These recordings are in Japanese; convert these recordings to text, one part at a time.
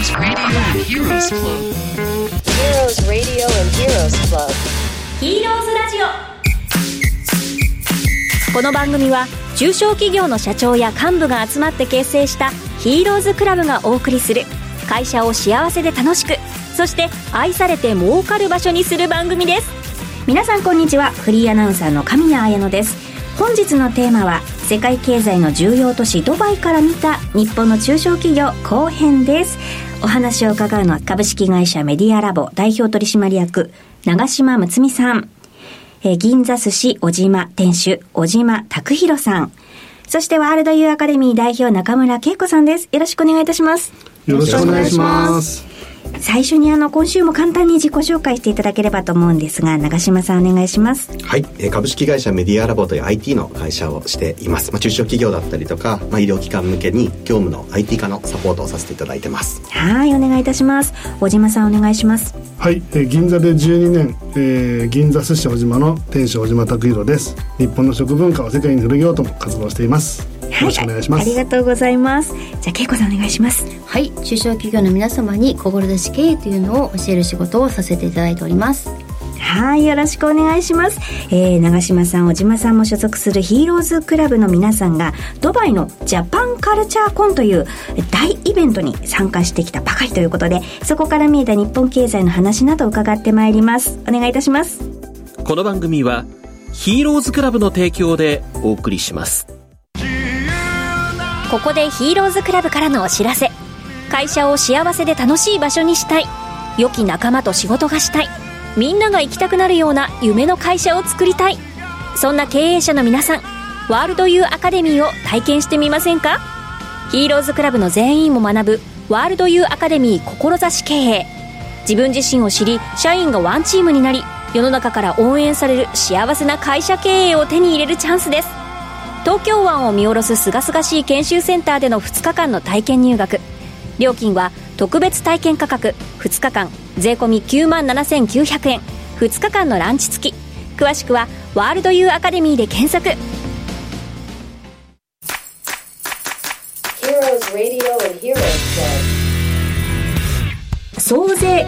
Heroes Radio and Heroes Club。 ヒーローズラジオ。この番組は中小企業の社長や幹部が集まって結成したヒーローズクラブがお送りする会社を幸せで楽しく、そして愛されて儲かる場所にする番組です。皆さんこんにちは。フリーアナウンサーの神谷彩乃です。本日のテーマは世界経済の重要都市ドバイから見た日本の中小企業後編です。お話を伺うのは株式会社メディアラボ代表取締役長島睦美さん、銀座寿司小島店主小島拓弘さん、そしてワールドユーアカデミー代表中村恵子さんです。よろしくお願いいたします。 よろしくお願いします。 最初に今週も簡単に自己紹介していただければと思うんですが、長島さんお願いします。 はい、株式会社メディアラボという IT の会社をしています。中小企業だったりとか、医療機関向けに業務の IT 化のサポートをさせていただいてます。 はい、お願いいたします。小島さんお願いします。 はい、銀座で12年、銀座寿司小島の店主小島拓弘です。日本の食文化を世界に広げようとも活動しています。よろしくお願いします。 ありがとうございます。じゃあ恵子さんお願いします。 はい、中小企業の皆様に志経営というのを教える仕事をさせていただいております。 はい、よろしくお願いします。長島さん小島さんも所属するヒーローズクラブの皆さんがドバイのジャパンカルチャーコンという大イベントに参加してきたばかりということで、そこから見えた日本経済の話など伺ってまいります。お願いいたします。 この番組はヒーローズクラブの提供でお送りします。 ここでヒーローズクラブからのお知らせ。会社を幸せで楽しい場所にしたい、良き仲間と仕事がしたい、みんなが行きたくなるような夢の会社を作りたい、そんな経営者の皆さん、ワールドユーアカデミーを体験してみませんか。ヒーローズクラブの全員も学ぶワールドユーアカデミー志経営。自分自身を知り、社員がワンチームになり、世の中から応援される幸せな会社経営を手に入れるチャンスです。東京湾を見下ろす清々しい研修センターでの2日間の体験入学。料金は特別体験価格2日間税込み97,900円、2日間のランチ付き。詳しくはワールドユーアカデミーで検索。 Heroes Radio and Heroes Club。 総勢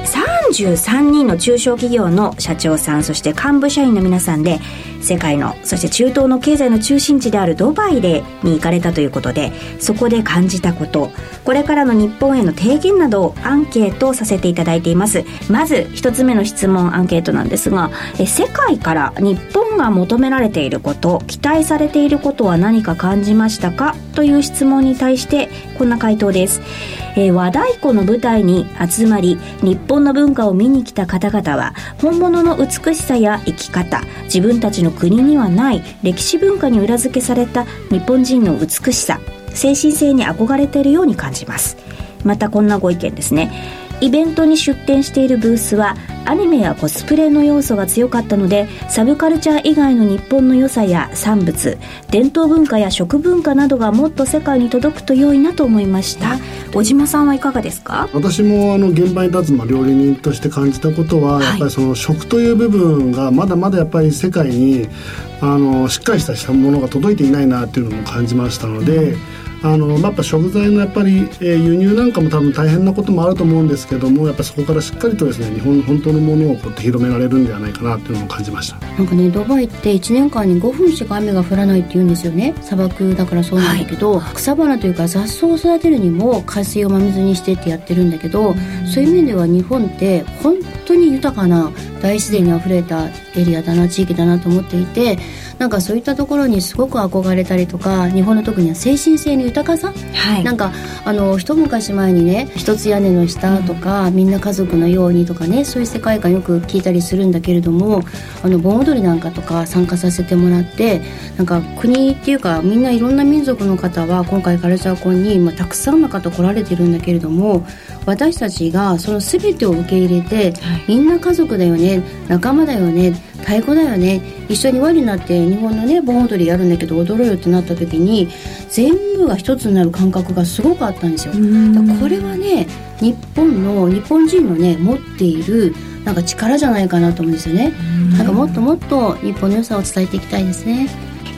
33人の中小企業の社長さん、そして幹部社員の皆さんで世界の、そして中東の経済の中心地であるドバイに行かれたということで、そこで感じたこと、これからの日本への提言などをアンケートをさせていただいています。まず一つ目の質問アンケートなんですが、世界から日本が求められていること、期待されていることは何か感じましたかという質問に対してこんな回答です。和太鼓の舞台に集まり日本の文化を見に来た方々は、本物の美しさや生き方、自分たちの国にはない歴史文化に裏付けされた日本人の美しさ、精神性に憧れているように感じます。またこんなご意見ですね。イベントに出展しているブースはアニメやコスプレの要素が強かったので、サブカルチャー以外の日本の良さや産物、伝統文化や食文化などがもっと世界に届くと良いなと思いました。小島さんはいかがですか。 私も現場に立つ料理人として感じたことは、やっぱりその食という部分がまだまだやっぱり世界にしっかりしたものが届いていないなっていうのも感じましたので、やっぱ食材のやっぱり、輸入なんかも多分大変なこともあると思うんですけども、やっぱそこからしっかりとですね、日本の本当のものをこう広められるんではないかなっていうのを感じました。 なんかね、ドバイって1年間に5分しか雨が降らないって言うんですよね。砂漠だからそうなんだけど、草花というか雑草を育てるにも海水を真水にしてってやってるんだけど、そういう面では日本って本当に豊かな大自然にあふれたエリアだな、地域だなと思っていて、なんかそういったところにすごく憧れたりとか、日本の特には精神性の豊かさ、なんか一昔前にね、一つ屋根の下とか、みんな家族のようにとかね、そういう世界観よく聞いたりするんだけれども、盆踊りなんかとか参加させてもらって、なんか国っていうかみんないろんな民族の方は今回カルチャーコンに、たくさんの方来られてるんだけれども、私たちがその全てを受け入れて、みんな家族だよね、仲間だよね、太鼓だよね、一緒に輪になって日本のね盆踊りやるんだけど踊ろうよってなった時に、全部が一つになる感覚がすごくあったんですよ。だからこれはね、日本人のね持っているなんか力じゃないかなと思うんですよね。なんかもっともっと日本の良さを伝えていきたいですね。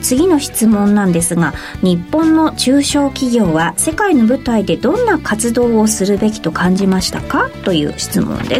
次の質問なんですが、日本の中小企業は世界の舞台でどんな活動をするべきと感じましたかという質問です。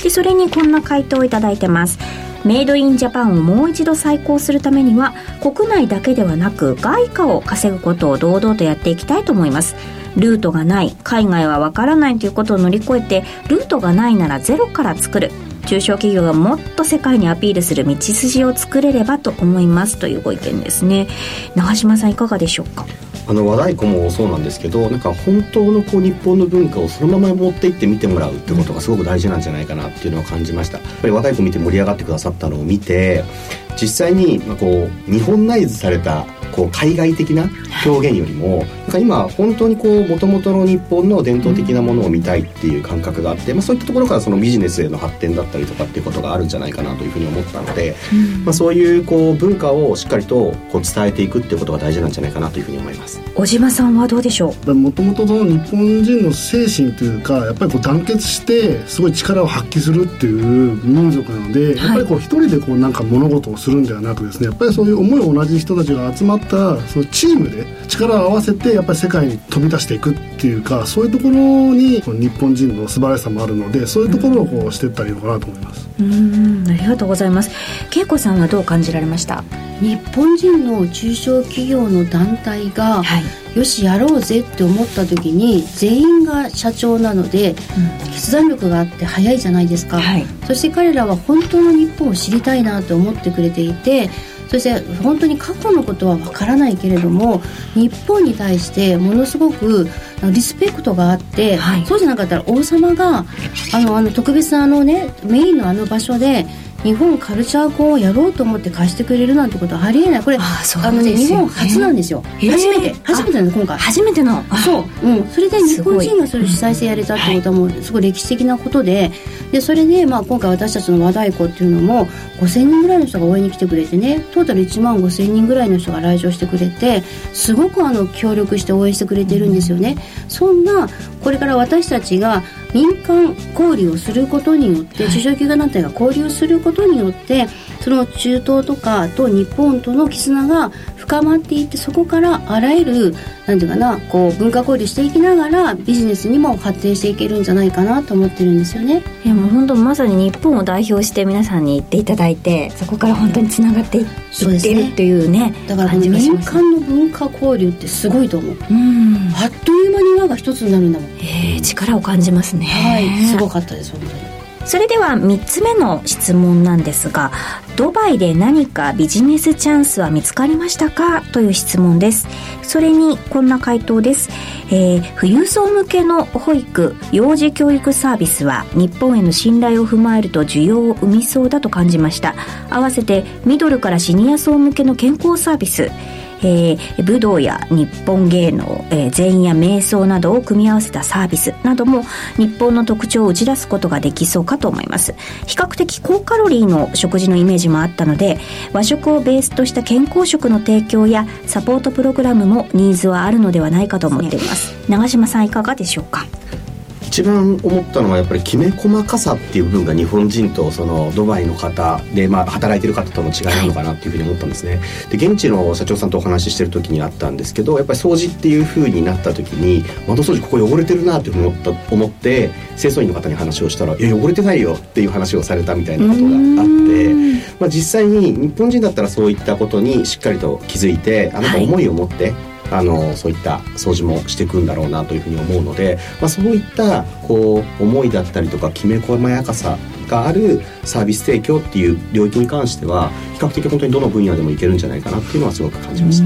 でそれにこんな回答をいただいてます。メイドインジャパンをもう一度再興するためには、国内だけではなく外貨を稼ぐことを堂々とやっていきたいと思います。ルートがない、海外はわからないということを乗り越えて、ルートがないならゼロから作る、中小企業がもっと世界にアピールする道筋を作れればと思いますというご意見ですね。長島さんいかがでしょうか。 和太鼓もそうなんですけど、なんか本当のこう日本の文化をそのまま持っていって見てもらうってことがすごく大事なんじゃないかなっていうのを感じました。やっぱり和太鼓見て盛り上がってくださったのを見て、実際にこう日本ナイズされたこう海外的な表現よりも、なんか今本当にこう元々の日本の伝統的なものを見たいっていう感覚があって、そういったところからそのビジネスへの発展だったりとかっていうことがあるんじゃないかなというふうに思ったので、そういうこう文化をしっかりとこう伝えていくっていうことが大事なんじゃないかなというふうに思います。 小島さんはどうでしょう。 もともとの日本人の精神というか、やっぱりこう団結してすごい力を発揮するっていう民族なので、やっぱりこう一人でこうなんか物事をするんではなくですね、やっぱりそういう思いを同じ人たちが集まったそのチームで力を合わせてやっぱり世界に飛び出していくっていうか、そういうところに日本人の素晴らしさもあるので、そういうところをこうしていったらいいのかなと思います。 ありがとうございます。恵子さんはどう感じられました。 日本人の中小企業の団体が、よしやろうぜって思った時に全員が社長なので、決断力があって早いじゃないですか、そして彼らは本当の日本を知りたいなと思ってくれていて、そして本当に過去のことはわからないけれども、日本に対してものすごくリスペクトがあって、そうじゃなかったら王様が特別なメインの場所で日本カルチャーコンをやろうと思って貸してくれるなんてことはありえない。これ日本初なんですよ。初めてなの、今回初めての。そう、それで日本人がそれ主催制やれたってことはもうすごい歴史的なことで、それで今回私たちの和太鼓っていうのも5000人ぐらいの人が応援に来てくれてね、トータル1万5000人ぐらいの人が来場してくれて、すごく協力して応援してくれてるんですよね。そんなこれから私たちが民間交流をすることによって、中小企業団体が交流することによって、その中東とかと日本との絆が深まっていって、そこからあらゆるなんていうかな、こう文化交流していきながらビジネスにも発展していけるんじゃないかなと思ってるんですよね。 いやもう本当まさに日本を代表して皆さんに言っていただいて、そこから本当につながっていってるっていうね、 だから民間の文化交流ってすごいと思う。あっという間に輪が一つになるんだもん。 力を感じますね。 すごかったです本当に。 それでは3つ目の質問なんですが、ドバイで何かビジネスチャンスは見つかりましたかという質問です。それにこんな回答です。富裕層向けの保育・幼児教育サービスは日本への信頼を踏まえると需要を生みそうだと感じました。合わせてミドルからシニア層向けの健康サービス、武道や日本芸能、禅や瞑想などを組み合わせたサービスなども日本の特徴を打ち出すことができそうかと思います。比較的高カロリーの食事のイメージもあったので、和食をベースとした健康食の提供やサポートプログラムもニーズはあるのではないかと思っています。長島さんいかがでしょうか。 一番思ったのはやっぱりきめ細かさっていう部分が日本人とそのドバイの方で、働いてる方との違いなのかなっていうふうに思ったんですね。で現地の社長さんとお話ししてる時にあったんですけど、やっぱり掃除っていうふうになった時に窓掃除ここ汚れてるなって思って清掃員の方に話をしたら、いや汚れてないよっていう話をされたみたいなことがあって、実際に日本人だったらそういったことにしっかりと気づいて、あなた思いを持って、そういった掃除もしていくんだろうなというふうに思うので、そういったこう思いだったりとかきめ細やかさがあるサービス提供っていう領域に関しては比較的本当にどの分野でもいけるんじゃないかなっていうのはすごく感じました。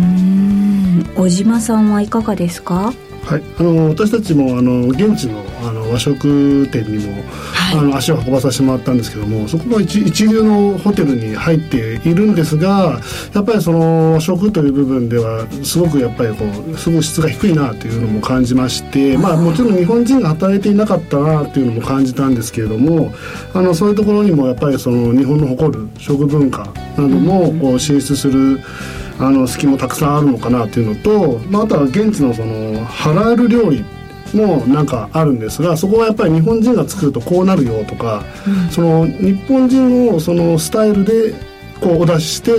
小島さんはいかがですか。 はい、私たちも現地の和食店にも、足を運ばさせてもらったんですけども、そこは一流のホテルに入っているんですが、やっぱりその和食という部分ではすごくやっぱりすごく質が低いなというのも感じまして、もちろん日本人が働いていなかったなというのも感じたんですけれども、そういうところにもやっぱりその日本の誇る食文化なども進出する隙もたくさんあるのかなというのと、あとは現地のそのハラール料理もなんかあるんですが、そこはやっぱり日本人が作るとこうなるよとか、その日本人のそのスタイルでお出しして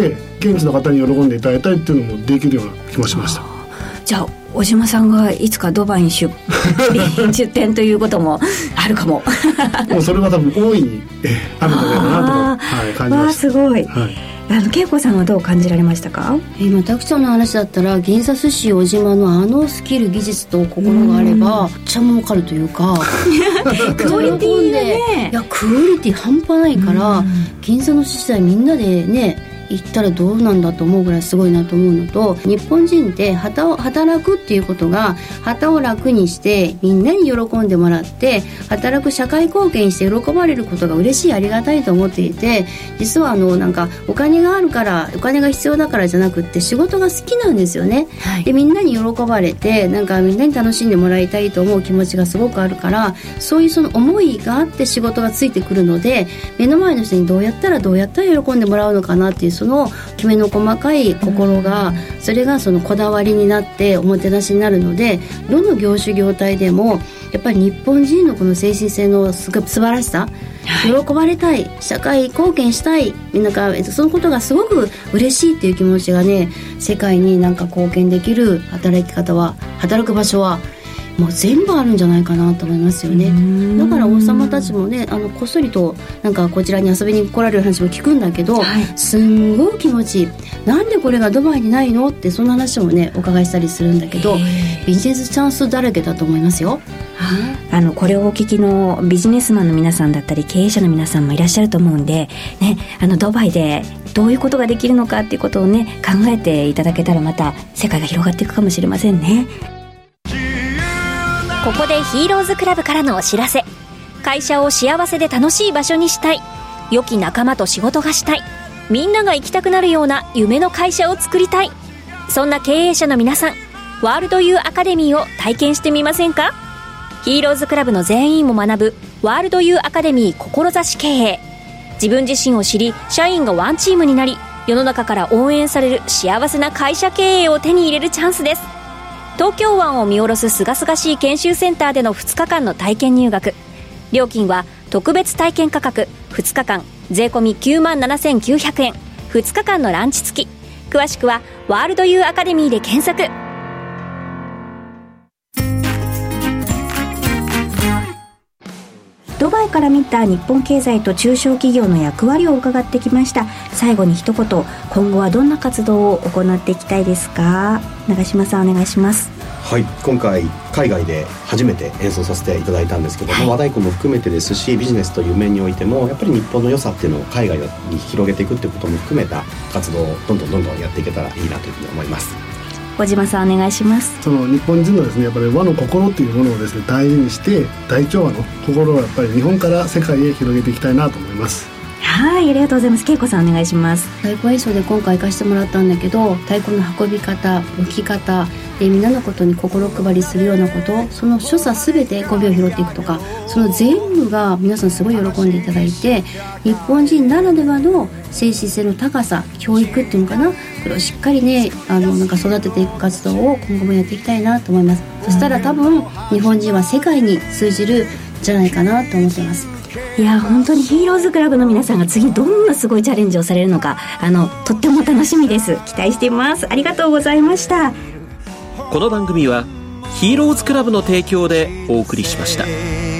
現地の方に喜んでいただいたりっていうのもできるような気もしました。 じゃあ小島さんがいつかドバイに出店ということもあるかももうそれは多分大いにあるんじゃないかなと、はい、感じました。 すごい、 はい、 恵子さんはどう感じられましたか？ 今タクちゃんの話だったら銀座寿司小島のスキル技術と心があればめっちゃ儲かるというかクオリティがね、 いやクオリティ半端ないから銀座の寿司台みんなでね行ったらどうなんだと思うぐらいすごいなと思うのと、日本人って働くっていうことが旗を楽にしてみんなに喜んでもらって働く社会貢献して喜ばれることが嬉しいありがたいと思っていて、実はなんかお金があるからお金が必要だからじゃなくって仕事が好きなんですよね、はい、でみんなに喜ばれてなんかみんなに楽しんでもらいたいと思う気持ちがすごくあるから、そういうその思いがあって仕事がついてくるので、目の前の人にどうやったら喜んでもらうのかなっていうそのきめの細かい心が、それがそのこだわりになっておもてなしになるので、どの業種業態でもやっぱり日本人のこの精神性の素晴らしさ、喜ばれたい、社会貢献したい、なんかそのことがすごく嬉しいっていう気持ちがね、世界になんか貢献できる働き方は、働く場所はもう全部あるんじゃないかなと思いますよね。だから王様たちもねこっそりとなんかこちらに遊びに来られる話も聞くんだけど、はい、すんごい気持ちいい、なんでこれがドバイにないのってそんな話もねお伺いしたりするんだけど、ビジネスチャンスだらけだと思いますよ。 これをお聞きのビジネスマンの皆さんだったり経営者の皆さんもいらっしゃると思うんで、ね、ドバイでどういうことができるのかっていうことをね考えていただけたらまた世界が広がっていくかもしれませんね。 ここでヒーローズクラブからのお知らせ。会社を幸せで楽しい場所にしたい、良き仲間と仕事がしたい、みんなが行きたくなるような夢の会社を作りたい、そんな経営者の皆さん、ワールドユーアカデミーを体験してみませんか？ヒーローズクラブの全員も学ぶワールドユーアカデミー志経営。自分自身を知り、社員がワンチームになり、世の中から応援される幸せな会社経営を手に入れるチャンスです。東京湾を見下ろすすがすがしい研修センターでの2日間の体験入学。料金は特別体験価格2日間税込み97,900円、2日間のランチ付き。詳しくはワールドユーアカデミーで検索。 ドバイから見た日本経済と中小企業の役割を伺ってきました。最後に一言、今後はどんな活動を行っていきたいですか？長嶋さんお願いします。 はい、今回海外で初めて演奏させていただいたんですけども、和太鼓も含めてですし、ビジネスという面においてもやっぱり日本の良さっていうのを海外に広げていくっていうことも含めた活動をどんどんやっていけたらいいなというふうに思います。 小島さんお願いします。 その日本人のですねやっぱり和の心っていうものをですね大事にして、大調和の心をやっぱり日本から世界へ広げていきたいなと思います。 はい、ありがとうございます。恵子さんお願いします。 太鼓演奏で今回行かせてもらったんだけど、太鼓の運び方、置き方でみんなのことに心配りするようなこと、その所作すべてゴミを拾っていくとか、その全部が皆さんすごい喜んでいただいて、日本人ならではの精神性の高さ、教育っていうのかな、これをしっかりねなんか育てていく活動を今後もやっていきたいなと思います。そしたら多分日本人は世界に通じるんじゃないかなと思ってます。 いや本当にヒーローズクラブの皆さんが次どんなすごいチャレンジをされるのかとっても楽しみです。期待しています。ありがとうございました。 この番組はヒーローズクラブの提供でお送りしました。